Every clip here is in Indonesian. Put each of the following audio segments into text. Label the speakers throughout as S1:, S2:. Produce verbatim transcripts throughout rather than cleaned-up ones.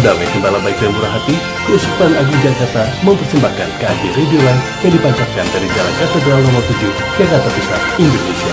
S1: Damai Gembala Baik dan Murah Hati, Keuskupan Agung Jakarta mempersembahkan K A J Radio Live yang dipancarkan dari Jalan Katedral nomor tujuh, Jakarta Pusat, Indonesia.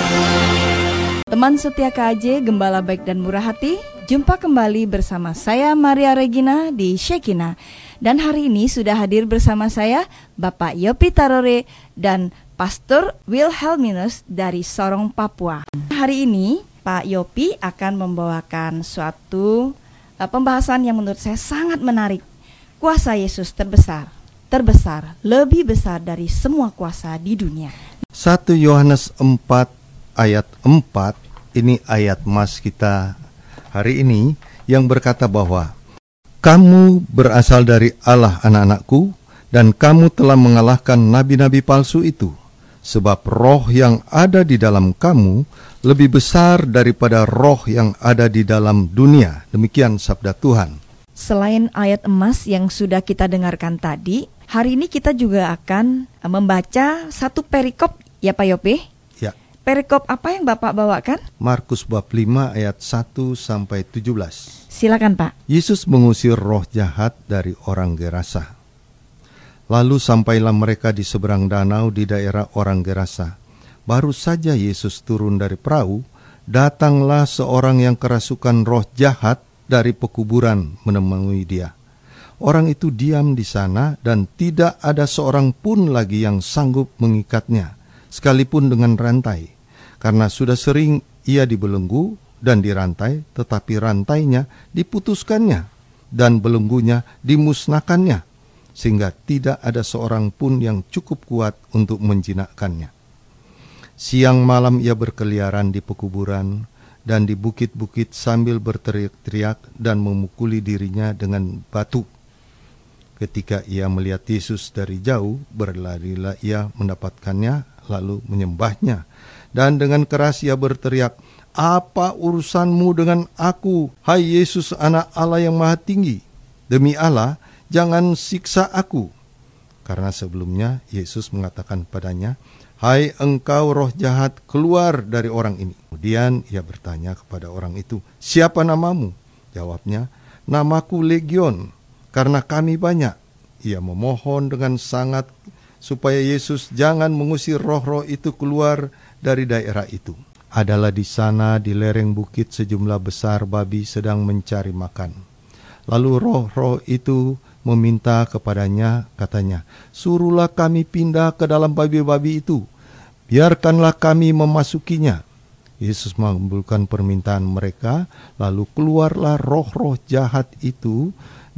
S2: Teman setia K A J Gembala Baik dan Murah Hati, jumpa kembali bersama saya Maria Regina di Shekina. Dan hari ini sudah hadir bersama saya Bapak Yopi Tarore dan Pastor Wilhelminus dari Sorong, Papua. Hari ini Pak Yopi akan membawakan suatu uh, pembahasan yang menurut saya sangat menarik. Kuasa Yesus terbesar, terbesar, lebih besar dari semua kuasa di dunia.
S3: satu Yohanes empat ayat empat, ini ayat mas kita hari ini yang berkata bahwa kamu berasal dari Allah anak-anakku, dan kamu telah mengalahkan nabi-nabi palsu itu, sebab roh yang ada di dalam kamu lebih besar daripada roh yang ada di dalam dunia. Demikian sabda Tuhan.
S2: Selain ayat emas yang sudah kita dengarkan tadi, hari ini kita juga akan membaca satu perikop, ya Pak Yopi?
S3: Ya.
S2: Perikop apa yang Bapak bawakan?
S3: Markus bab lima ayat satu sampai tujuh belas.
S2: Silakan Pak.
S3: Yesus mengusir roh jahat dari orang Gerasa. Lalu sampailah mereka di seberang danau di daerah orang Gerasa. Baru saja Yesus turun dari perahu, datanglah seorang yang kerasukan roh jahat dari pekuburan menemui dia. Orang itu diam di sana dan tidak ada seorang pun lagi yang sanggup mengikatnya, sekalipun dengan rantai. Karena sudah sering ia dibelenggu dan dirantai, tetapi rantainya diputuskannya dan belenggunya dimusnahkannya, sehingga tidak ada seorang pun yang cukup kuat untuk menjinakkannya. Siang malam ia berkeliaran di pekuburan dan di bukit-bukit sambil berteriak-teriak dan memukuli dirinya dengan batu. Ketika ia melihat Yesus dari jauh, berlarilah ia mendapatkannya lalu menyembahnya, dan dengan keras ia berteriak, "Apa urusanmu dengan aku, hai Yesus anak Allah yang maha tinggi? Demi Allah, jangan siksa aku." Karena sebelumnya Yesus mengatakan padanya, "Hai engkau roh jahat, keluar dari orang ini." Kemudian ia bertanya kepada orang itu, "Siapa namamu?" Jawabnya, "Namaku Legion, karena kami banyak." Ia memohon dengan sangat supaya Yesus jangan mengusir roh-roh itu keluar dari daerah itu. Adalah di sana di lereng bukit sejumlah besar babi sedang mencari makan. Lalu roh-roh itu meminta kepadanya, katanya, "Suruhlah kami pindah ke dalam babi-babi itu, biarkanlah kami memasukinya." Yesus mengabulkan permintaan mereka, lalu keluarlah roh-roh jahat itu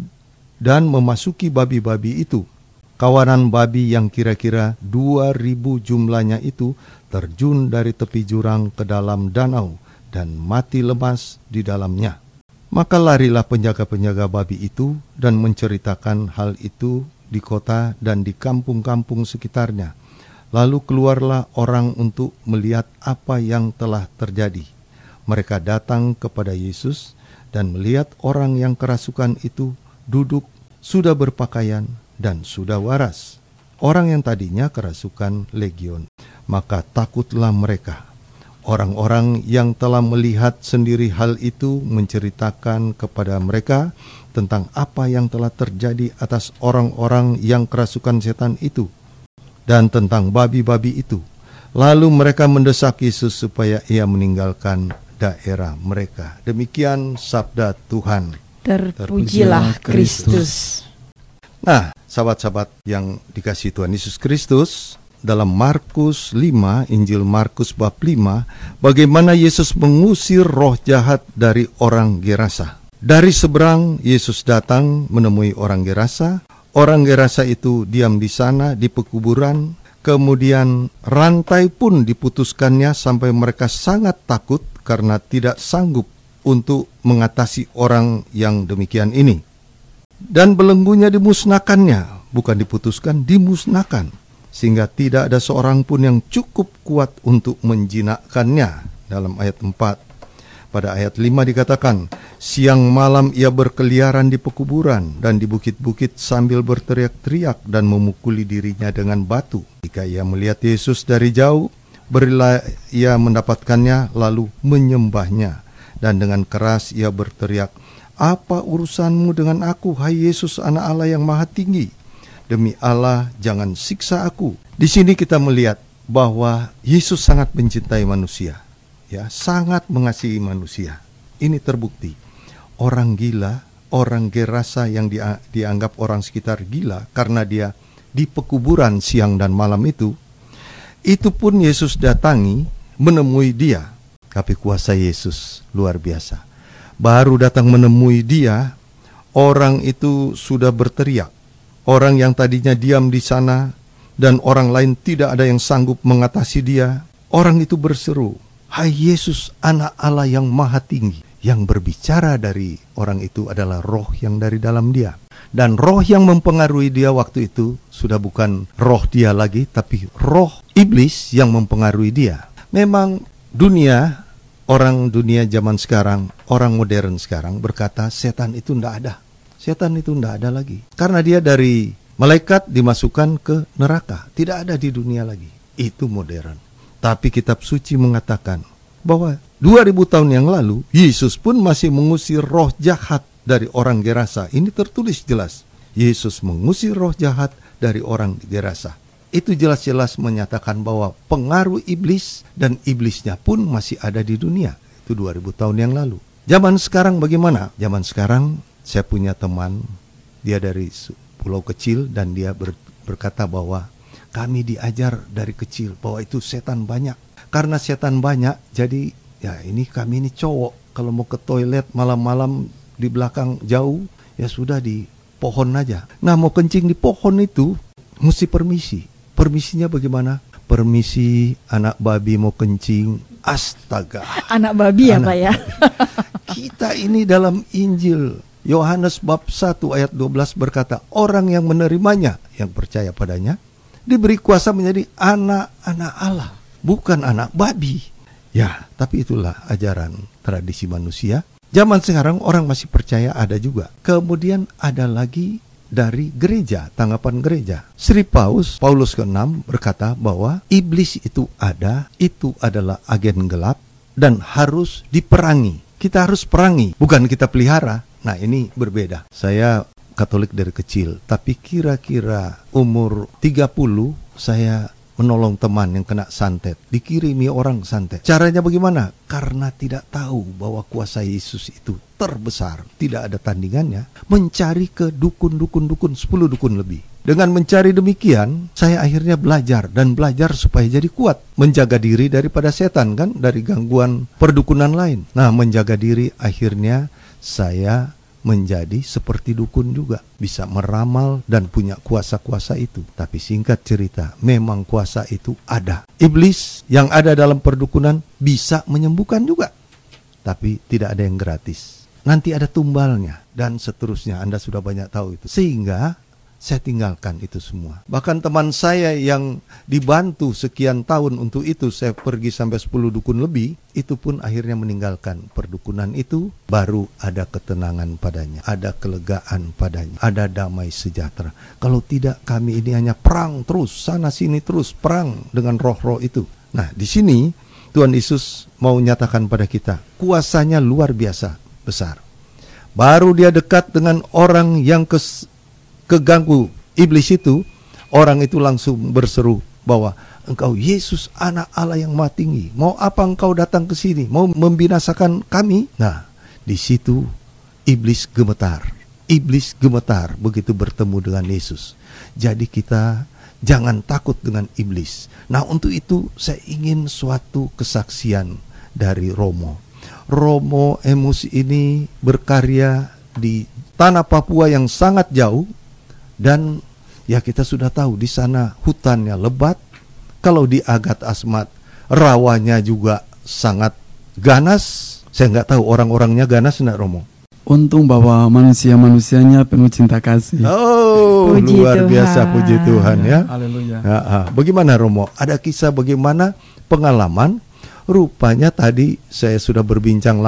S3: dan memasuki babi-babi itu. Kawanan babi yang kira-kira dua ribu jumlahnya itu terjun dari tepi jurang ke dalam danau dan mati lemas di dalamnya. Maka larilah penjaga-penjaga babi itu dan menceritakan hal itu di kota dan di kampung-kampung sekitarnya. Lalu keluarlah orang untuk melihat apa yang telah terjadi. Mereka datang kepada Yesus dan melihat orang yang kerasukan itu duduk, sudah berpakaian dan sudah waras. Orang yang tadinya kerasukan legion. Maka takutlah mereka. Orang-orang yang telah melihat sendiri hal itu menceritakan kepada mereka tentang apa yang telah terjadi atas orang-orang yang kerasukan setan itu dan tentang babi-babi itu. Lalu mereka mendesak Yesus supaya ia meninggalkan daerah mereka. Demikian sabda Tuhan.
S2: Terpujilah Kristus.
S3: Nah, sahabat-sahabat yang dikasihi Tuhan Yesus Kristus, dalam Markus lima, Injil Markus bab lima, bagaimana Yesus mengusir roh jahat dari orang Gerasa. Dari seberang Yesus datang menemui orang Gerasa. Orang Gerasa itu diam di sana di pekuburan. Kemudian rantai pun diputuskannya sampai mereka sangat takut karena tidak sanggup untuk mengatasi orang yang demikian ini. Dan belenggunya dimusnahkannya, bukan diputuskan, dimusnahkan, sehingga tidak ada seorang pun yang cukup kuat untuk menjinakkannya. Dalam ayat empat. Pada ayat lima dikatakan, siang malam ia berkeliaran di pekuburan dan di bukit-bukit sambil berteriak-teriak dan memukuli dirinya dengan batu. Jika ia melihat Yesus dari jauh, berilah ia mendapatkannya lalu menyembahnya. Dan dengan keras ia berteriak, Apa urusanmu dengan aku, hai Yesus anak Allah yang maha tinggi? Demi Allah, jangan siksa aku. Di sini kita melihat bahwa Yesus sangat mencintai manusia, ya, sangat mengasihi manusia. Ini terbukti. Orang gila, orang Gerasa yang dia, dianggap orang sekitar gila karena dia di pekuburan siang dan malam itu, itu pun Yesus datangi menemui dia. Tapi kuasa Yesus luar biasa. Baru datang menemui dia, orang itu sudah berteriak. Orang yang tadinya diam di sana dan orang lain tidak ada yang sanggup mengatasi dia. Orang itu berseru, hai Yesus anak Allah yang maha tinggi. Yang berbicara dari orang itu adalah roh yang dari dalam dia. Dan roh yang mempengaruhi dia waktu itu sudah bukan roh dia lagi, tapi roh iblis yang mempengaruhi dia. Memang dunia, orang dunia zaman sekarang, orang modern sekarang berkata setan itu tidak ada. Setan itu tidak ada lagi. Karena dia dari malaikat dimasukkan ke neraka. Tidak ada di dunia lagi. Itu modern. Tapi kitab suci mengatakan bahwa dua ribu tahun yang lalu Yesus pun masih mengusir roh jahat dari orang Gerasa. Ini tertulis jelas. Yesus mengusir roh jahat dari orang Gerasa. Itu jelas-jelas menyatakan bahwa pengaruh iblis dan iblisnya pun masih ada di dunia. Itu dua ribu tahun yang lalu. Zaman sekarang bagaimana? Zaman sekarang saya punya teman, dia dari pulau kecil dan dia ber, berkata bahwa kami diajar dari kecil bahwa itu setan banyak. Karena setan banyak, jadi ya ini kami ini cowok. Kalau mau ke toilet malam-malam di belakang jauh, ya sudah di pohon aja. Nah, mau kencing di pohon itu mesti permisi. Permisinya bagaimana? Permisi anak babi mau kencing. Astaga.
S2: Anak babi ya,
S3: anak
S2: Pak ya.
S3: Kita ini dalam Injil Yohanes bab satu ayat dua belas berkata, orang yang menerimanya, yang percaya padanya, diberi kuasa menjadi anak-anak Allah, bukan anak babi. Ya, tapi itulah ajaran tradisi manusia. Zaman sekarang orang masih percaya ada juga. Kemudian ada lagi dari gereja, tanggapan gereja. Sri Paus, Paulus keenam berkata bahwa iblis itu ada, itu adalah agen gelap dan harus diperangi. Kita harus perangi, bukan kita pelihara. Nah, ini berbeda. Saya Katolik dari kecil, tapi kira-kira umur tiga puluh saya menolong teman yang kena santet, dikirimi orang santet. Caranya bagaimana? Karena tidak tahu bahwa kuasa Yesus itu terbesar, tidak ada tandingannya, mencari ke dukun-dukun-dukun, sepuluh dukun lebih. Dengan mencari demikian, saya akhirnya belajar dan belajar supaya jadi kuat, menjaga diri daripada setan kan, dari gangguan perdukunan lain. Nah, menjaga diri akhirnya saya menjadi seperti dukun juga, bisa meramal dan punya kuasa-kuasa itu. Tapi singkat cerita, memang kuasa itu ada. Iblis yang ada dalam perdukunan bisa menyembuhkan juga, tapi tidak ada yang gratis. Nanti ada tumbalnya dan seterusnya. Anda sudah banyak tahu itu. Sehingga saya tinggalkan itu semua. Bahkan teman saya yang dibantu sekian tahun untuk itu, saya pergi sampai sepuluh dukun lebih, itu pun akhirnya meninggalkan perdukunan itu. Baru ada ketenangan padanya, ada kelegaan padanya, ada damai sejahtera. Kalau tidak, kami ini hanya perang terus, sana sini terus, perang dengan roh-roh itu. Nah, di sini Tuhan Yesus mau nyatakan pada kita, kuasanya luar biasa besar. Baru dia dekat dengan orang yang kes keganggu iblis itu, orang itu langsung berseru bahwa engkau Yesus anak Allah yang maha tinggi, mau apa engkau datang ke sini, mau membinasakan kami? Nah, di situ iblis gemetar. Iblis gemetar begitu bertemu dengan Yesus. Jadi kita jangan takut dengan iblis. Nah, untuk itu saya ingin suatu kesaksian dari Romo. Romo Emus ini berkarya di tanah Papua yang sangat jauh. Dan ya kita sudah tahu di sana hutannya lebat. Kalau di Agat Asmat rawanya juga sangat ganas. Saya nggak tahu orang-orangnya ganas enggak, Romo?
S4: Untung bahwa manusia-manusianya penuh cinta kasih.
S3: Oh,
S2: puji
S3: luar
S2: Tuhan.
S3: biasa, puji Tuhan ya.
S4: Haleluya.
S3: Ya, ah. Bagaimana Romo? Ada kisah bagaimana pengalaman? Rupanya tadi saya sudah berbincang lama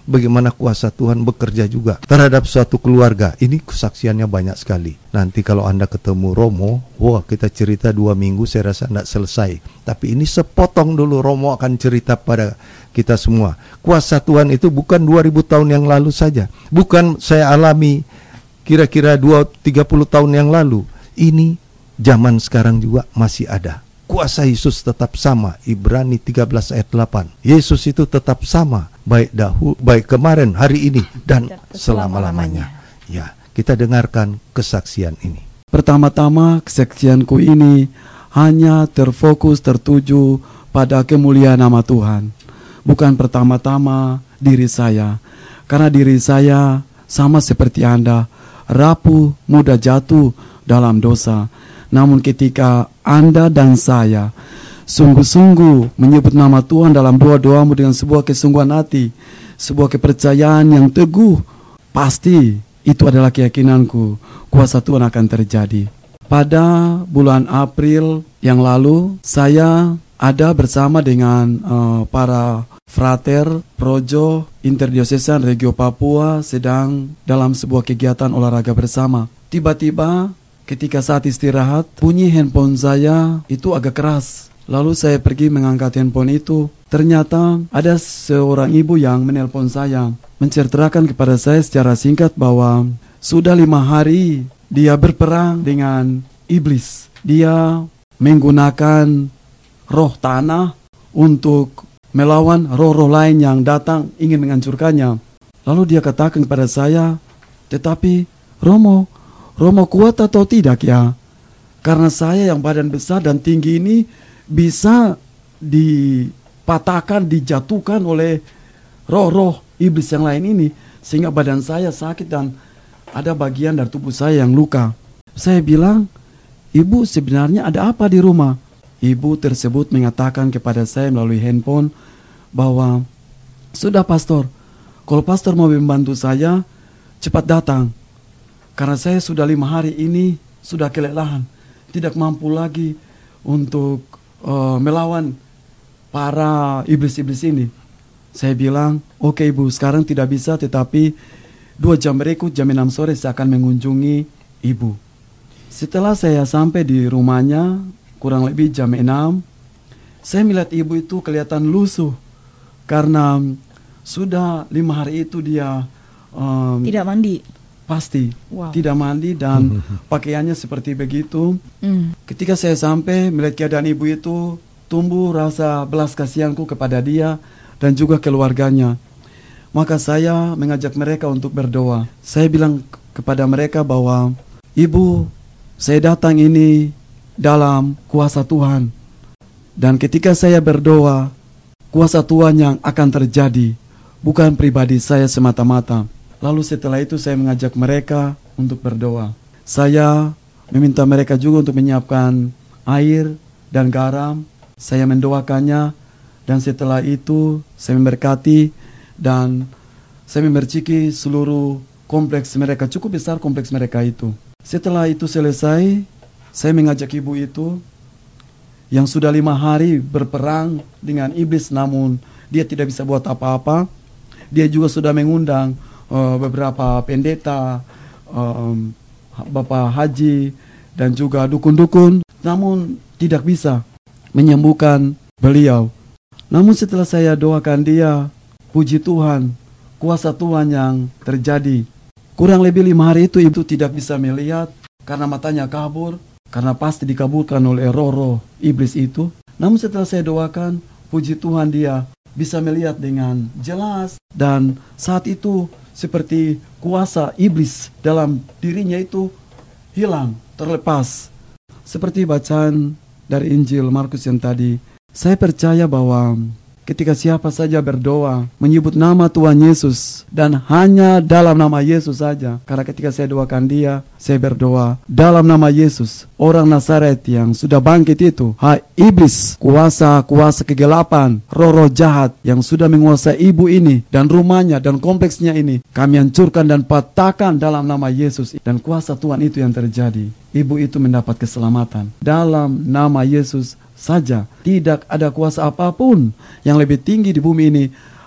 S3: bagaimana kuasa Tuhan bekerja juga terhadap suatu keluarga. Ini kesaksiannya banyak sekali. Nanti kalau Anda ketemu Romo, wah kita cerita dua minggu saya rasa tidak selesai. Tapi ini sepotong dulu, Romo akan cerita pada kita semua. Kuasa Tuhan itu bukan dua ribu tahun yang lalu saja. Bukan saya alami kira-kira dua tiga puluh tahun yang lalu. Ini zaman sekarang juga masih ada. Kuasa Yesus tetap sama. Ibrani tiga belas ayat delapan. Yesus itu tetap sama, baik dahulu, baik kemarin, hari ini, dan selama-lamanya. Ya, kita dengarkan kesaksian ini.
S4: Pertama-tama kesaksianku ini hanya terfokus tertuju pada kemuliaan nama Tuhan. Bukan pertama-tama diri saya. Karena diri saya sama seperti Anda, rapuh, mudah jatuh dalam dosa. Namun ketika Anda dan saya sungguh-sungguh menyebut nama Tuhan dalam doa-doamu dengan sebuah kesungguhan hati, sebuah kepercayaan yang teguh, pasti itu adalah keyakinanku, kuasa Tuhan akan terjadi. Pada bulan April yang lalu, saya ada bersama dengan uh, para frater Projo Interdiocesan Regio Papua sedang dalam sebuah kegiatan olahraga bersama. Tiba-tiba ketika saat istirahat, bunyi handphone saya itu agak keras. Lalu saya pergi mengangkat handphone itu. Ternyata ada seorang ibu yang menelpon saya, menceritakan kepada saya secara singkat bahwa sudah lima hari dia berperang dengan iblis. Dia menggunakan roh tanah untuk melawan roh-roh lain yang datang ingin menghancurkannya. Lalu dia katakan kepada saya, tetapi Romo, Romo kuat atau tidak ya? Karena saya yang badan besar dan tinggi ini bisa dipatahkan, dijatuhkan oleh roh-roh iblis yang lain ini. Sehingga badan saya sakit dan ada bagian dari tubuh saya yang luka. Saya bilang, ibu sebenarnya ada apa di rumah? Ibu tersebut mengatakan kepada saya melalui handphone bahwa, sudah pastor, kalau pastor mau membantu saya, cepat datang. Karena saya sudah lima hari ini sudah kelelahan, tidak mampu lagi untuk uh, melawan para iblis-iblis ini. Saya bilang, oke ibu, sekarang tidak bisa, tetapi dua jam berikut jam enam sore saya akan mengunjungi ibu. Setelah saya sampai di rumahnya, kurang lebih jam enam, saya melihat ibu itu kelihatan lusuh karena sudah lima hari itu dia um,
S2: tidak mandi.
S4: Pasti
S2: Wow.
S4: tidak mandi dan pakaiannya seperti begitu.
S2: Mm.
S4: Ketika saya sampai melihat keadaan ibu itu, tumbuh rasa belas kasihanku kepada dia dan juga keluarganya. Maka saya mengajak mereka untuk berdoa. Saya bilang kepada mereka bahwa, ibu, saya datang ini dalam kuasa Tuhan. Dan ketika saya berdoa, kuasa Tuhan yang akan terjadi, bukan pribadi saya semata-mata. Lalu setelah itu saya mengajak mereka untuk berdoa. Saya meminta mereka juga untuk menyiapkan air dan garam. Saya mendoakannya dan setelah itu saya memberkati dan saya memerciki seluruh kompleks mereka. Cukup besar kompleks mereka itu. Setelah itu selesai, saya mengajak ibu itu yang sudah lima hari berperang dengan iblis namun dia tidak bisa buat apa-apa. Dia juga sudah mengundang Uh, beberapa pendeta, um, bapak haji, dan juga dukun-dukun, namun tidak bisa menyembuhkan beliau. Namun setelah saya doakan dia, puji Tuhan, kuasa Tuhan yang terjadi. Kurang lebih lima hari itu ibu tidak bisa melihat karena matanya kabur, karena pasti dikabulkan oleh roh-roh iblis itu. Namun setelah saya doakan, puji Tuhan dia bisa melihat dengan jelas dan saat itu seperti kuasa iblis dalam dirinya itu hilang, terlepas. Seperti bacaan dari Injil Markus yang tadi, saya percaya bahwa ketika siapa saja berdoa, menyebut nama Tuhan Yesus, dan hanya dalam nama Yesus saja. Karena ketika saya doakan dia, saya berdoa dalam nama Yesus, orang Nazaret yang sudah bangkit itu. Hai iblis, kuasa-kuasa kegelapan, roh-roh jahat yang sudah menguasai ibu ini, dan rumahnya, dan kompleksnya ini, kami hancurkan dan patahkan dalam nama Yesus. Dan kuasa Tuhan itu yang terjadi. Ibu itu mendapat keselamatan. Dalam nama Yesus saja. Tidak ada kuasa apapun yang lebih tinggi di bumi ini.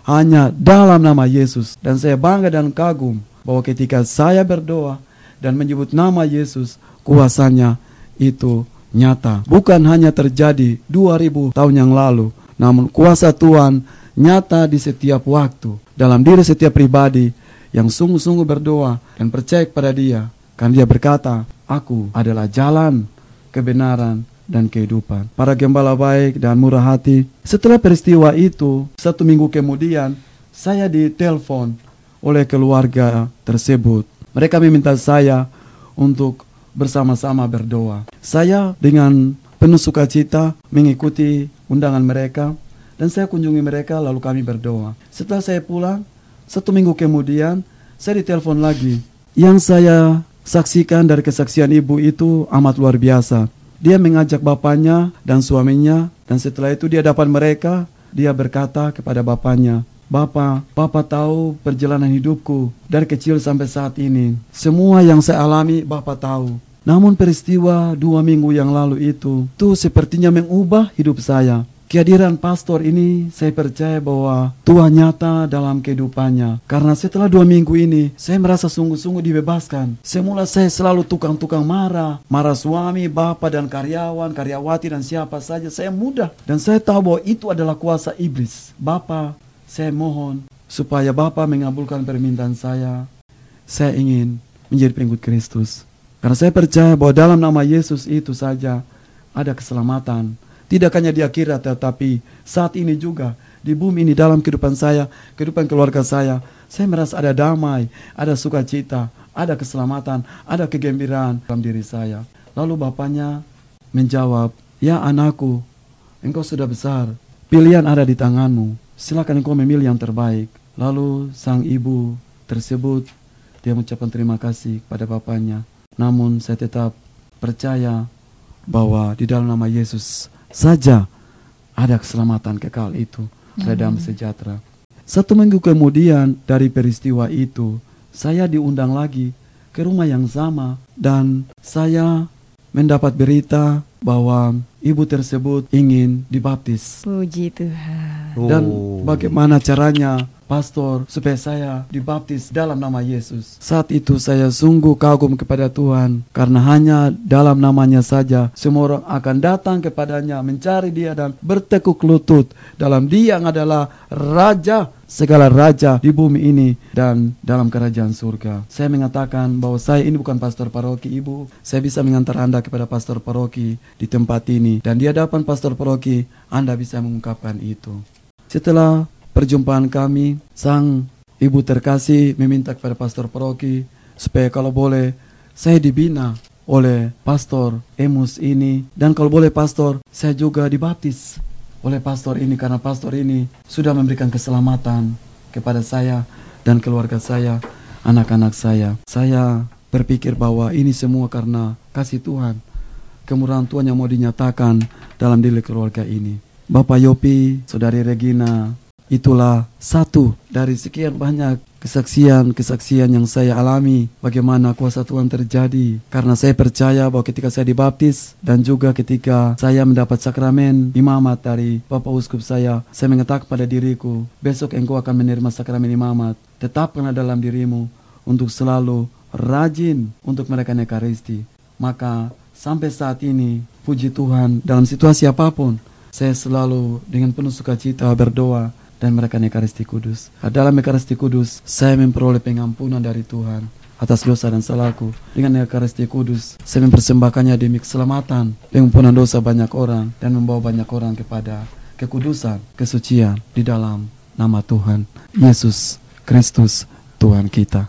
S4: hanya dalam nama Yesus. Dan saya bangga dan kagum bahwa ketika saya berdoa dan menyebut nama Yesus, kuasanya itu nyata. Bukan hanya terjadi dua ribu tahun yang lalu, namun kuasa Tuhan nyata di setiap waktu dalam diri setiap pribadi yang sungguh-sungguh berdoa dan percaya kepada Dia. Karena Dia berkata, aku adalah jalan, kebenaran, dan kehidupan. Para gembala baik dan murah hati, setelah peristiwa itu, satu minggu kemudian, saya ditelepon oleh keluarga tersebut. Mereka meminta saya untuk bersama-sama berdoa. Saya dengan penuh sukacita mengikuti undangan mereka, dan saya kunjungi mereka lalu kami berdoa. Setelah saya pulang, satu minggu kemudian, saya ditelepon lagi. Yang saya saksikan dari kesaksian ibu itu amat luar biasa. Dia mengajak bapaknya dan suaminya, dan setelah itu di hadapan mereka, dia berkata kepada bapaknya, Bapak, Bapak tahu perjalanan hidupku dari kecil sampai saat ini. Semua yang saya alami Bapak tahu. Namun peristiwa dua minggu yang lalu itu, itu sepertinya mengubah hidup saya. Kehadiran pastor ini saya percaya bahwa Tuhan nyata dalam kehidupannya. Karena setelah dua minggu ini saya merasa sungguh-sungguh dibebaskan. Semula saya selalu tukang-tukang marah. Marah suami, bapak dan karyawan, karyawati dan siapa saja. Saya mudah. Dan saya tahu bahwa itu adalah kuasa iblis. Bapak, saya mohon supaya Bapak mengabulkan permintaan saya. Saya ingin menjadi pengikut Kristus. Karena saya percaya bahwa dalam nama Yesus itu saja ada keselamatan. Tidak hanya di akhirat, tetapi saat ini juga di bumi ini, dalam kehidupan saya, kehidupan keluarga saya, saya merasa ada damai, ada sukacita, ada keselamatan, ada kegembiraan dalam diri saya. Lalu bapaknya menjawab, ya anakku, engkau sudah besar, pilihan ada di tanganmu, silakan engkau memilih yang terbaik. Lalu sang ibu tersebut, dia mengucapkan terima kasih kepada bapaknya. Namun saya tetap percaya bahwa di dalam nama Yesus saja ada keselamatan kekal itu, ada damai sejahtera. Satu minggu kemudian dari peristiwa itu, saya diundang lagi ke rumah yang sama dan saya mendapat berita bahwa ibu tersebut ingin dibaptis.
S2: Puji Tuhan.
S4: Dan bagaimana caranya pastor supaya saya dibaptis dalam nama Yesus. Saat itu saya sungguh kagum kepada Tuhan, karena hanya dalam namanya saja semua orang akan datang kepadanya, mencari Dia dan bertekuk lutut dalam Dia yang adalah Raja segala raja di bumi ini dan dalam kerajaan surga. Saya mengatakan bahwa saya ini bukan pastor paroki, Ibu. Saya bisa mengantar Anda kepada pastor paroki di tempat ini, dan di hadapan pastor paroki Anda bisa mengungkapkan itu. Setelah perjumpaan kami, sang ibu terkasih meminta kepada pastor paroki supaya kalau boleh saya dibina oleh pastor Emus ini, dan kalau boleh pastor saya juga dibaptis oleh pastor ini, karena pastor ini sudah memberikan keselamatan kepada saya dan keluarga saya, anak-anak saya. Saya berpikir bahwa ini semua karena kasih Tuhan, kemurahan Tuhan yang mau dinyatakan dalam diri keluarga ini. Bapak Yopi, Saudari Regina, itulah satu dari sekian banyak kesaksian-kesaksian yang saya alami bagaimana kuasa Tuhan terjadi. Karena saya percaya bahwa ketika saya dibaptis dan juga ketika saya mendapat sakramen imamat dari Bapak Uskup saya, saya mengatakan pada diriku, besok engkau akan menerima sakramen imamat. Tetapkanlah dalam dirimu untuk selalu rajin untuk merayakan Ekaristi. Maka sampai saat ini, puji Tuhan, dalam situasi apapun, saya selalu dengan penuh sukacita berdoa dan merayakan Ekaristi Kudus. Dalam Ekaristi Kudus, saya memperoleh pengampunan dari Tuhan atas dosa dan salahku. Dengan Ekaristi Kudus, saya mempersembahkannya demi keselamatan, pengampunan dosa banyak orang, dan membawa banyak orang kepada kekudusan, kesucian di dalam nama Tuhan Yesus Kristus, Tuhan kita.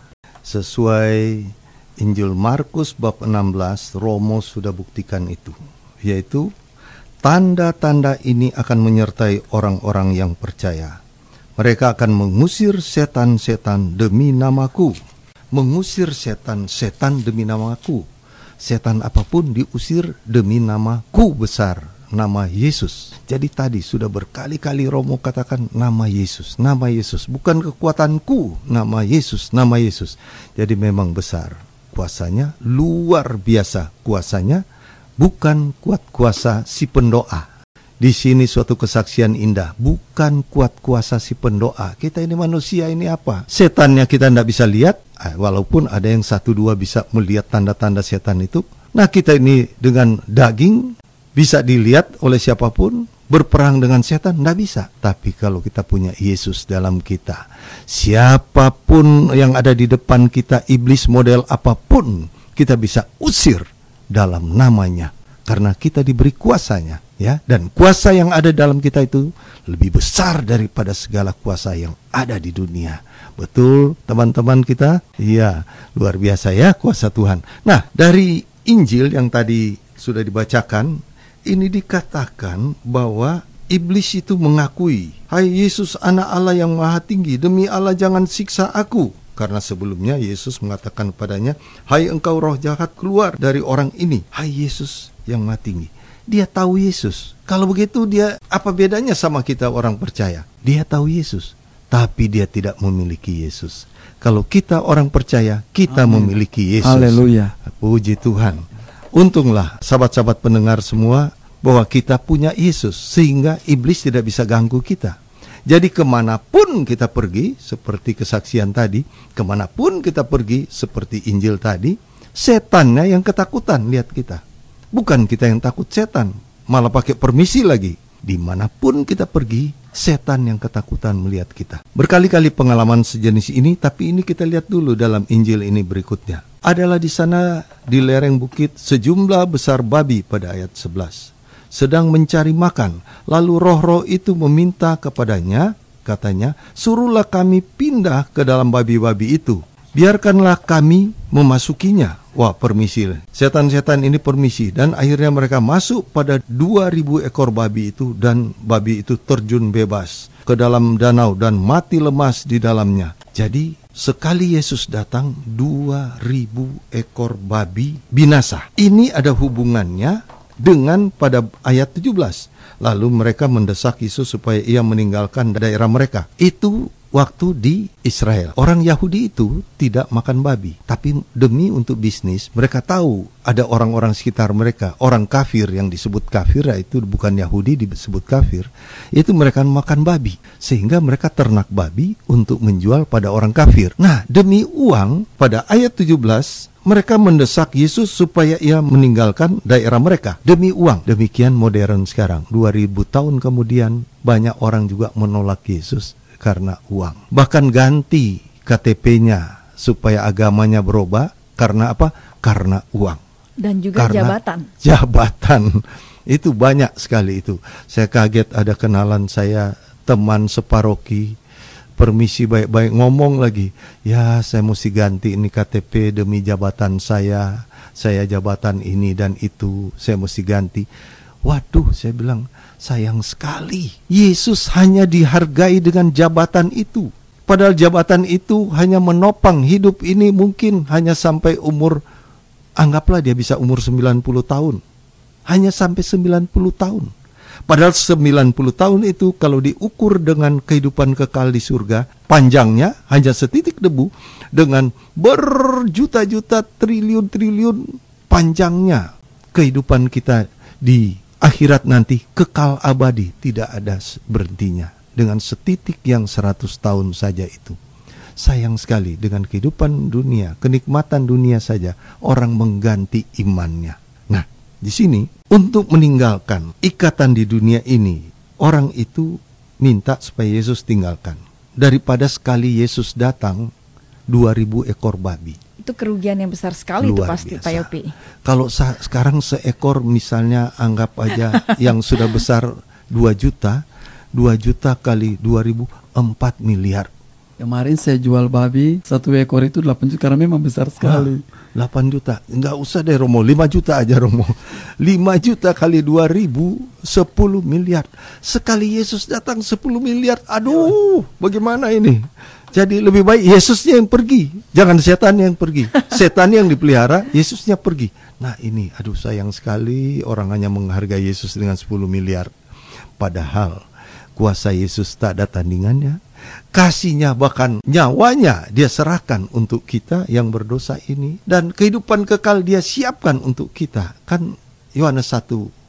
S3: Sesuai Injil Markus bab enam belas, Romo sudah buktikan itu, yaitu tanda-tanda ini akan menyertai orang-orang yang percaya. Mereka akan mengusir setan-setan demi namaku. Mengusir setan-setan demi namaku. Setan apapun diusir demi namaku besar, nama Yesus. Jadi tadi sudah berkali-kali Romo katakan nama Yesus, nama Yesus. Bukan kekuatanku, nama Yesus, nama Yesus. Jadi memang besar kuasanya, luar biasa kuasanya. Bukan kuat kuasa si pendoa di sini suatu kesaksian indah. Bukan kuat kuasa si pendoa. Kita ini manusia ini apa? Setannya kita tidak bisa lihat. Walaupun ada yang satu dua bisa melihat tanda-tanda setan itu. Nah, kita ini dengan daging bisa dilihat oleh siapapun. Berperang dengan setan tidak bisa. Tapi kalau kita punya Yesus dalam kita, siapapun yang ada di depan kita, iblis model apapun, kita bisa usir dalam namanya. Karena kita diberi kuasanya, ya, dan kuasa yang ada dalam kita itu lebih besar daripada segala kuasa yang ada di dunia. Betul, teman-teman kita? Iya, luar biasa ya kuasa Tuhan. Nah, dari Injil yang tadi sudah dibacakan, ini dikatakan bahwa iblis itu mengakui, "Hai Yesus, anak Allah yang maha tinggi, demi Allah jangan siksa aku." Karena sebelumnya Yesus mengatakan padanya, "Hai engkau roh jahat, keluar dari orang ini." Hai Yesus yang maha tinggi. Dia tahu Yesus. Kalau begitu dia apa bedanya sama kita orang percaya? Dia tahu Yesus, tapi dia tidak memiliki Yesus. Kalau kita orang percaya, kita Amin. Memiliki Yesus.
S4: Haleluya.
S3: Puji Tuhan. Untunglah sahabat-sahabat pendengar semua bahwa kita punya Yesus, sehingga iblis tidak bisa ganggu kita. Jadi kemanapun kita pergi, seperti kesaksian tadi, kemanapun kita pergi, seperti Injil tadi, setannya yang ketakutan lihat kita. Bukan kita yang takut setan, malah pakai permisi lagi. Dimanapun kita pergi, setan yang ketakutan melihat kita. Berkali-kali pengalaman sejenis ini, tapi ini kita lihat dulu dalam Injil ini berikutnya. Adalah di sana di lereng bukit sejumlah besar babi pada ayat sebelas. Sedang mencari makan. Lalu roh-roh itu meminta kepadanya, katanya, "Suruhlah kami pindah ke dalam babi-babi itu. Biarkanlah kami memasukinya." Wah, permisi. Setan-setan ini permisi. Dan akhirnya mereka masuk pada dua ribu ekor babi itu. Dan babi itu terjun bebas ke dalam danau dan mati lemas di dalamnya. Jadi sekali Yesus datang, dua ribu ekor babi binasa. Ini ada hubungannya dengan pada ayat tujuh belas. Lalu mereka mendesak Yesus supaya ia meninggalkan daerah mereka. Itu waktu di Israel. Orang Yahudi itu tidak makan babi, tapi demi untuk bisnis, mereka tahu ada orang-orang sekitar mereka, orang kafir yang disebut kafir, itu bukan Yahudi disebut kafir, itu mereka makan babi, sehingga mereka ternak babi untuk menjual pada orang kafir. Nah, demi uang, pada ayat tujuh belas, mereka mendesak Yesus supaya ia meninggalkan daerah mereka demi uang. Demikian modern sekarang. dua ribu tahun kemudian, banyak orang juga menolak Yesus karena uang. Bahkan ganti K T P-nya supaya agamanya berubah. Karena apa? Karena uang.
S2: Dan juga
S3: karena
S2: jabatan.
S3: Jabatan. Itu banyak sekali itu. Saya kaget ada kenalan saya, teman separoki, permisi baik-baik, ngomong lagi, "Ya, saya mesti ganti ini K T P demi jabatan saya. Saya jabatan ini dan itu, saya mesti ganti." Waduh, saya bilang, sayang sekali. Yesus hanya dihargai dengan jabatan itu. Padahal jabatan itu hanya menopang hidup ini mungkin hanya sampai umur, anggaplah dia bisa umur sembilan puluh tahun. Hanya sampai sembilan puluh tahun. Padahal sembilan puluh tahun itu kalau diukur dengan kehidupan kekal di surga, panjangnya hanya setitik debu dengan berjuta-juta triliun-triliun panjangnya kehidupan kita di akhirat nanti kekal abadi, tidak ada berhentinya. Dengan setitik yang seratus tahun saja itu. Sayang sekali dengan kehidupan dunia, kenikmatan dunia saja orang mengganti imannya. Nah, di sini untuk meninggalkan ikatan di dunia ini, orang itu minta supaya Yesus tinggalkan. Daripada sekali Yesus datang, dua ribu ekor babi.
S2: Itu kerugian yang besar sekali. Luar itu pasti biasa. Pak Yopi.
S3: Kalau sa- sekarang seekor misalnya anggap aja yang sudah besar dua juta, dua juta kali dua ribu, empat miliar.
S4: Kemarin saya jual babi, satu ekor itu delapan juta, karena memang besar sekali.
S3: Wah, delapan juta, enggak usah deh Romo, lima juta aja Romo. lima juta kali dua ribu, sepuluh miliar. Sekali Yesus datang sepuluh miliar, aduh, bagaimana ini? Jadi lebih baik Yesusnya yang pergi, jangan setan yang pergi. Setan yang dipelihara, Yesusnya pergi. Nah ini, aduh sayang sekali orang hanya menghargai Yesus dengan sepuluh miliar. Padahal kuasa Yesus tak ada tandingannya. Kasihnya bahkan nyawanya dia serahkan untuk kita yang berdosa ini. Dan kehidupan kekal dia siapkan untuk kita. Kan Yohanes satu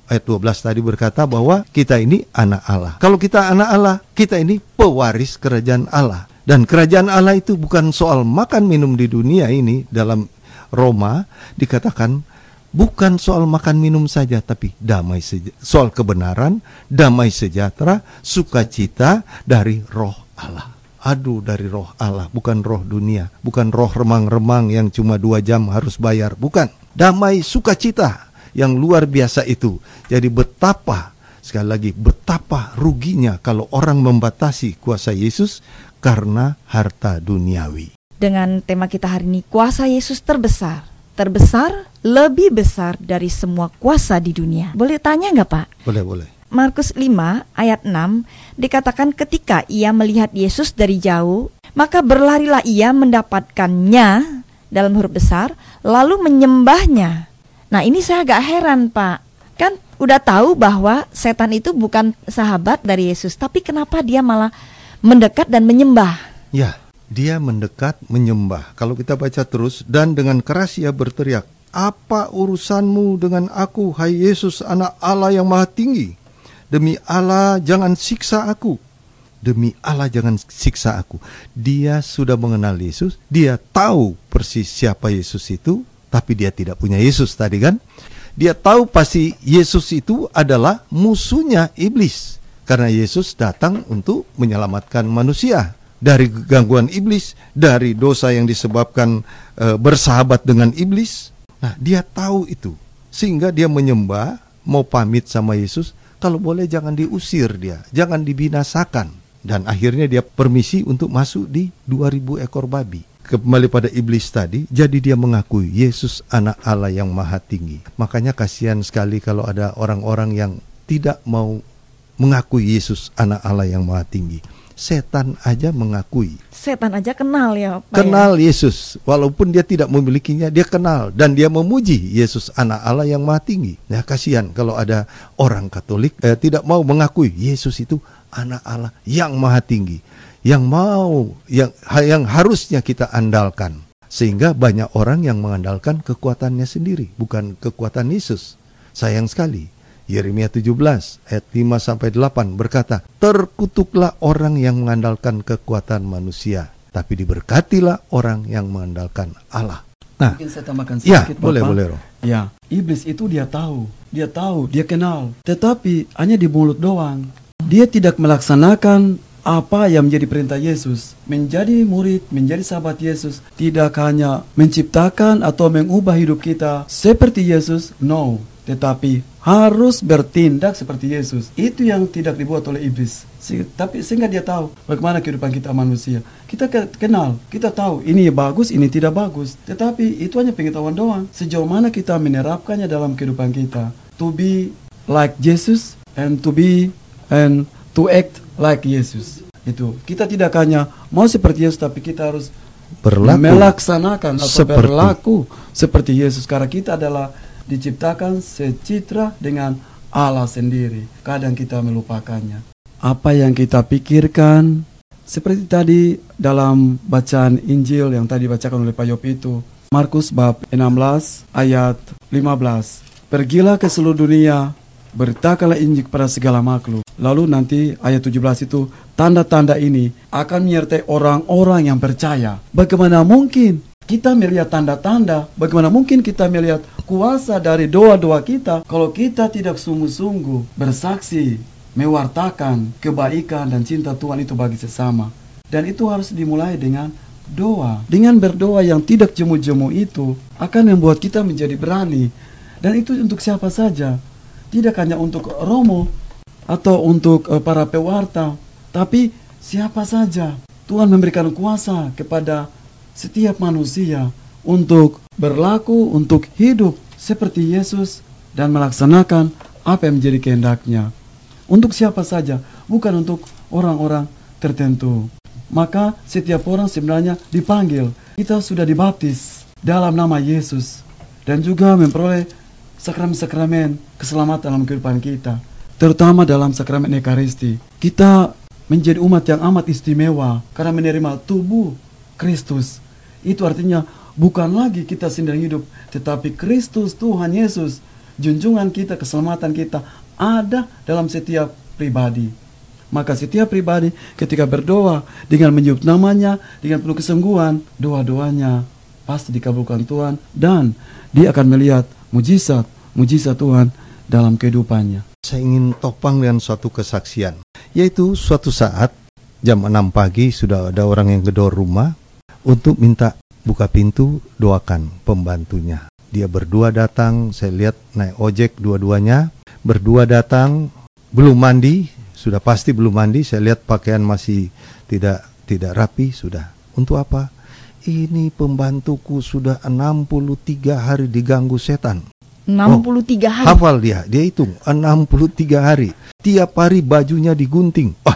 S3: ayat dua belas tadi berkata bahwa kita ini anak Allah. Kalau kita anak Allah, kita ini pewaris kerajaan Allah. Dan kerajaan Allah itu bukan soal makan minum di dunia ini. Dalam Roma dikatakan bukan soal makan minum saja, tapi damai sejahtera, soal kebenaran, damai sejahtera, sukacita dari roh Allah. Aduh, dari roh Allah, bukan roh dunia, bukan roh remang-remang yang cuma dua jam harus bayar, bukan. Damai sukacita yang luar biasa itu. Jadi betapa, sekali lagi, betapa ruginya kalau orang membatasi kuasa Yesus karena harta duniawi.
S2: Dengan tema kita hari ini, kuasa Yesus terbesar. Terbesar, lebih besar dari semua kuasa di dunia. Boleh tanya nggak, Pak?
S3: Boleh, boleh.
S2: Markus lima ayat enam dikatakan ketika ia melihat Yesus dari jauh, maka berlarilah ia mendapatkannya dalam huruf besar, lalu menyembahnya. Nah, ini saya agak heran, Pak. Kan udah tahu bahwa setan itu bukan sahabat dari Yesus, tapi kenapa dia malah mendekat dan menyembah?
S3: Ya, dia mendekat menyembah. Kalau kita baca terus, dan dengan keras ia berteriak, "Apa urusanmu dengan aku, hai Yesus, anak Allah yang maha tinggi? Demi Allah jangan siksa aku. Demi Allah jangan siksa aku." Dia sudah mengenal Yesus. Dia tahu persis siapa Yesus itu. Tapi dia tidak punya Yesus tadi kan. Dia tahu pasti Yesus itu adalah musuhnya iblis. Karena Yesus datang untuk menyelamatkan manusia dari gangguan iblis, dari dosa yang disebabkan e, bersahabat dengan iblis. Nah, dia tahu itu. Sehingga dia menyembah, mau pamit sama Yesus. Kalau boleh jangan diusir dia, jangan dibinasakan. Dan akhirnya dia permisi untuk masuk di dua ribu ekor babi. Kembali pada iblis tadi, jadi dia mengakui Yesus anak Allah yang maha tinggi. Makanya kasihan sekali kalau ada orang-orang yang tidak mau mengakui Yesus anak Allah yang maha tinggi. Setan aja mengakui.
S2: Setan aja kenal ya, Pak.
S3: Kenal ya? Yesus, walaupun dia tidak memilikinya, dia kenal dan dia memuji Yesus anak Allah yang maha tinggi. Ya, kasihan kalau ada orang Katolik eh, tidak mau mengakui Yesus itu anak Allah yang maha tinggi, yang mau yang yang harusnya kita andalkan. Sehingga banyak orang yang mengandalkan kekuatannya sendiri, bukan kekuatan Yesus. Sayang sekali. Yeremia tujuh belas ayat lima sampai delapan berkata, "Terkutuklah orang yang mengandalkan kekuatan manusia, tapi diberkatilah orang yang mengandalkan Allah." Nah,
S4: mungkin saya tambahkan
S3: ya,
S4: sedikit,
S3: boleh,
S4: Bapak.
S3: boleh, Roh.
S4: Ya, iblis itu dia tahu, dia tahu, dia kenal, tetapi hanya di mulut doang. Dia tidak melaksanakan apa yang menjadi perintah Yesus. Menjadi murid, menjadi sahabat Yesus, tidak hanya menciptakan atau mengubah hidup kita seperti Yesus, no. Tetapi harus bertindak seperti Yesus. Itu yang tidak dibuat oleh iblis. Se- tapi sehingga dia tahu bagaimana kehidupan kita manusia. Kita ke- kenal, kita tahu ini bagus, ini tidak bagus. Tetapi itu hanya pengetahuan doang. Sejauh mana kita menerapkannya dalam kehidupan kita. To be like Jesus and to be and to act like Jesus. Itu kita tidak hanya mau seperti Yesus, tapi kita harus
S3: Berlaku
S4: melaksanakan atau
S3: seperti.
S4: berlaku seperti Yesus. Karena kita adalah diciptakan secitra dengan Allah sendiri. Kadang kita melupakannya. Apa yang kita pikirkan, seperti tadi dalam bacaan Injil yang tadi dibacakan oleh Pak Yop itu, Markus bab enam belas ayat lima belas. "Pergilah ke seluruh dunia, beritakanlah Injil kepada segala makhluk." Lalu nanti ayat tujuh belas itu, tanda-tanda ini akan menyertai orang-orang yang percaya. Bagaimana mungkin kita melihat tanda-tanda, bagaimana mungkin kita melihat kuasa dari doa-doa kita kalau kita tidak sungguh-sungguh bersaksi, mewartakan kebaikan dan cinta Tuhan itu bagi sesama. Dan itu harus dimulai dengan doa. Dengan berdoa yang tidak jemu-jemu itu akan membuat kita menjadi berani. Dan itu untuk siapa saja. Tidak hanya untuk Romo atau untuk uh, para pewarta, tapi siapa saja. Tuhan memberikan kuasa kepada setiap manusia untuk berlaku, untuk hidup seperti Yesus dan melaksanakan apa yang menjadi kehendaknya. Untuk siapa saja, bukan untuk orang-orang tertentu. Maka setiap orang sebenarnya dipanggil. Kita sudah dibaptis dalam nama Yesus dan juga memperoleh sakramen-sakramen keselamatan dalam kehidupan kita, terutama dalam sakramen Ekaristi. Kita menjadi umat yang amat istimewa karena menerima tubuh Kristus. Itu artinya bukan lagi kita sendiri hidup, tetapi Kristus Tuhan Yesus junjungan kita, keselamatan kita ada dalam setiap pribadi. Maka setiap pribadi ketika berdoa dengan menyebut namanya, dengan penuh kesungguhan, doa-doanya pasti dikabulkan Tuhan, dan dia akan melihat mujizat, mujizat Tuhan dalam kehidupannya.
S3: Saya ingin topang dengan suatu kesaksian, yaitu suatu saat jam enam pagi sudah ada orang yang gedor rumah untuk minta buka pintu, doakan pembantunya. Dia berdua datang, saya lihat naik ojek dua-duanya, berdua datang, belum mandi, sudah pasti belum mandi, saya lihat pakaian masih tidak tidak rapi, sudah. Untuk apa? Ini pembantuku sudah enam puluh tiga hari diganggu setan.
S2: enam puluh tiga hari.
S3: Hafal dia, dia hitung enam puluh tiga hari. Tiap hari bajunya digunting. Ah,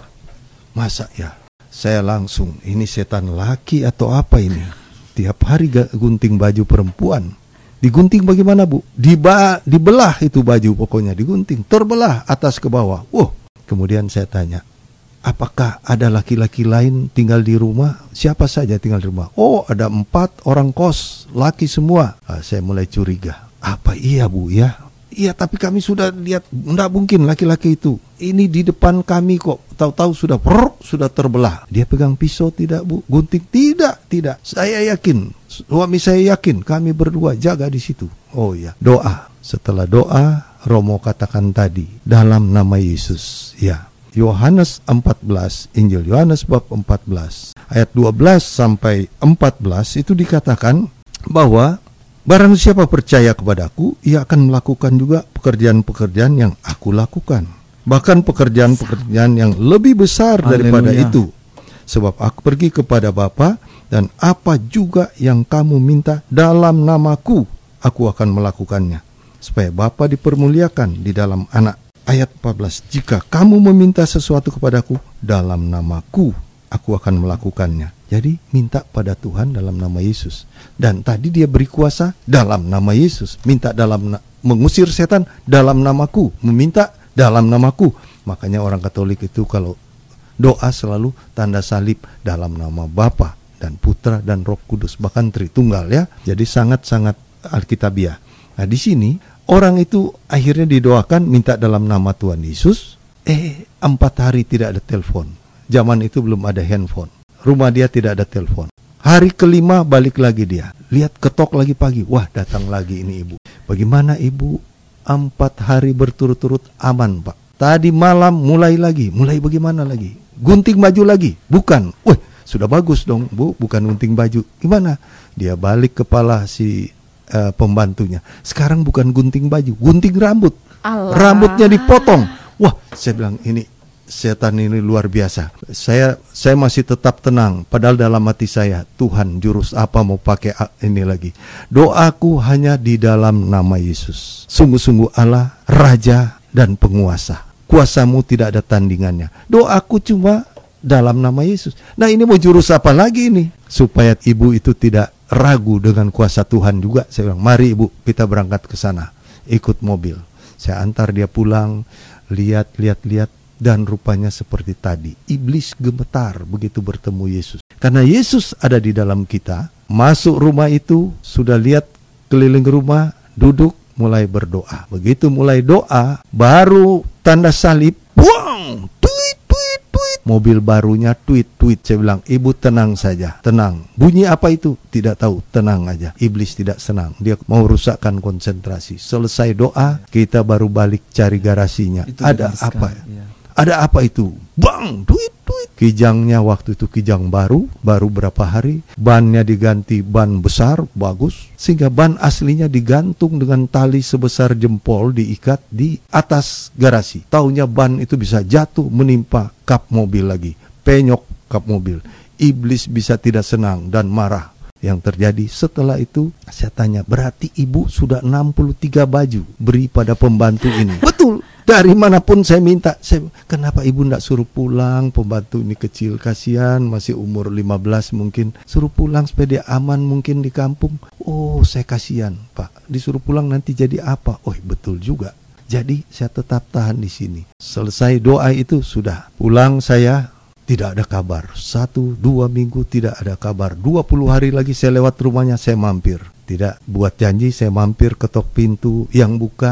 S3: masa ya? Saya langsung, ini setan laki atau apa ini? Tiap hari gunting baju perempuan. Digunting bagaimana, Bu? Diba, dibelah itu baju pokoknya, digunting. Terbelah atas ke bawah. Wow. Kemudian saya tanya, apakah ada laki-laki lain tinggal di rumah? Siapa saja tinggal di rumah? Oh, ada empat orang kos, laki semua. Ah, saya mulai curiga. Apa iya, Bu, ya? Iya, tapi kami sudah lihat, enggak mungkin laki-laki itu. Ini di depan kami kok. Tahu-tahu sudah prrr, sudah terbelah. Dia pegang pisau tidak, Bu? Gunting? Tidak, tidak. Saya yakin, suami saya yakin, kami berdua jaga di situ. Oh iya, doa. Setelah doa, Romo katakan tadi, dalam nama Yesus. Ya, Yohanes empat belas, Injil Yohanes bab empat belas, ayat dua belas sampai empat belas itu dikatakan bahwa barang siapa percaya kepadaku, ia akan melakukan juga pekerjaan-pekerjaan yang aku lakukan. Bahkan pekerjaan-pekerjaan yang lebih besar daripada
S4: Haleluya.
S3: itu. Sebab aku pergi kepada Bapa, dan apa juga yang kamu minta dalam namaku, aku akan melakukannya. Supaya Bapa dipermuliakan di dalam Anak. Ayat empat belas, jika kamu meminta sesuatu kepadaku dalam namaku, aku akan melakukannya. Jadi minta pada Tuhan dalam nama Yesus. Dan tadi dia beri kuasa dalam nama Yesus. Minta dalam na- mengusir setan dalam namaku. Meminta dalam namaku. Makanya orang Katolik itu kalau doa selalu tanda salib dalam nama Bapa dan Putra dan Roh Kudus. Bahkan Tritunggal ya. Jadi sangat-sangat Alkitabiah. Nah di sini orang itu akhirnya didoakan minta dalam nama Tuhan Yesus. Eh empat hari tidak ada telepon. Zaman itu belum ada handphone. Rumah dia tidak ada telepon. Hari kelima balik lagi dia. Lihat ketok lagi pagi. Wah, datang lagi ini ibu. Bagaimana ibu? Empat hari berturut-turut aman, Pak. Tadi malam mulai lagi. Mulai bagaimana lagi? Gunting baju lagi? Bukan. Wah, sudah bagus dong, Bu. Bukan gunting baju. Gimana? Dia balik kepala si uh, pembantunya. Sekarang bukan gunting baju, gunting rambut.
S2: Allah.
S3: Rambutnya dipotong. Wah, saya bilang ini setan ini luar biasa. Saya saya masih tetap tenang. Padahal dalam hati saya, Tuhan jurus apa mau pakai ini lagi. Doaku hanya di dalam nama Yesus. Sungguh-sungguh Allah, Raja dan Penguasa. Kuasamu tidak ada tandingannya. Doaku cuma dalam nama Yesus. Nah ini mau jurus apa lagi ini? Supaya ibu itu tidak ragu dengan kuasa Tuhan juga. Saya bilang, mari ibu kita berangkat ke sana. Ikut mobil. Saya antar dia pulang. Lihat, lihat, lihat. Dan rupanya seperti tadi, iblis gemetar begitu bertemu Yesus. Karena Yesus ada di dalam kita, masuk rumah itu, sudah lihat keliling rumah, duduk, mulai berdoa. Begitu mulai doa, baru tanda salib, buang, tweet, tweet, tweet. Mobil barunya tweet, tweet. Saya bilang, ibu tenang saja, tenang. Bunyi apa itu? Tidak tahu, tenang aja. Iblis tidak senang, dia mau rusakkan konsentrasi. Selesai doa, kita baru balik cari garasinya.
S4: Itu
S3: ada
S4: benar
S3: apa?
S4: sekali, ya.
S3: Ada apa itu? Bang, duit, duit. Kijangnya waktu itu kijang baru, baru berapa hari. Bannya diganti ban besar, bagus. Sehingga ban aslinya digantung dengan tali sebesar jempol, diikat di atas garasi. Taunya ban itu bisa jatuh menimpa kap mobil lagi. Penyok kap mobil. Iblis bisa tidak senang dan marah. Yang terjadi setelah itu, saya tanya, berarti ibu sudah enam puluh tiga baju beri pada pembantu ini. Betul. Dari manapun saya minta, saya, kenapa ibu tidak suruh pulang? Pembantu ini kecil, kasihan, masih umur lima belas mungkin. Suruh pulang supaya dia aman mungkin di kampung. Oh, saya kasihan, Pak. Disuruh pulang nanti jadi apa? Oh, betul juga. Jadi saya tetap tahan di sini. Selesai doa itu sudah. Pulang saya tidak ada kabar. Satu, dua minggu tidak ada kabar. Dua puluh hari lagi saya lewat rumahnya, saya mampir. Tidak buat janji, saya mampir, ketok pintu, yang buka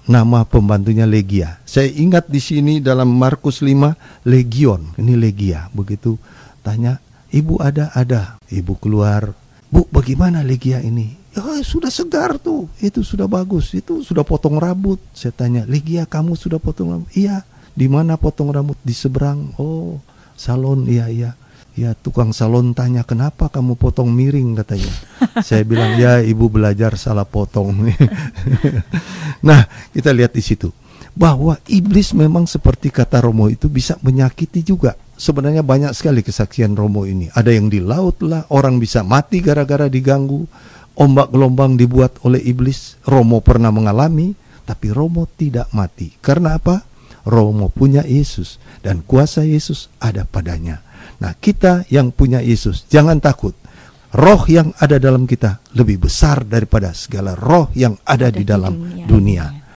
S3: nama pembantunya Legia. Saya ingat di sini dalam Markus lima, Legion, ini Legia. Begitu tanya, ibu ada? Ada. Ibu keluar, bu bagaimana Legia ini? Ya sudah segar tuh, itu sudah bagus, itu sudah potong rambut. Saya tanya, Legia kamu sudah potong rambut? Iya. Di mana potong rambut? Di seberang. Oh, salon. Iya iya. Ya tukang salon tanya, kenapa kamu potong miring katanya. Saya bilang, ya ibu belajar salah potong. Nah, kita lihat di situ bahwa iblis memang seperti kata Romo itu bisa menyakiti juga. Sebenarnya banyak sekali kesaksian Romo ini. Ada yang di laut lah, orang bisa mati gara-gara diganggu. Ombak gelombang dibuat oleh iblis. Romo pernah mengalami, tapi Romo tidak mati. Karena apa? Romo punya Yesus dan kuasa Yesus ada padanya. Nah, kita yang punya Yesus, jangan takut. Roh yang ada dalam kita lebih besar daripada segala roh yang ada, ada di dalam dunia. dunia.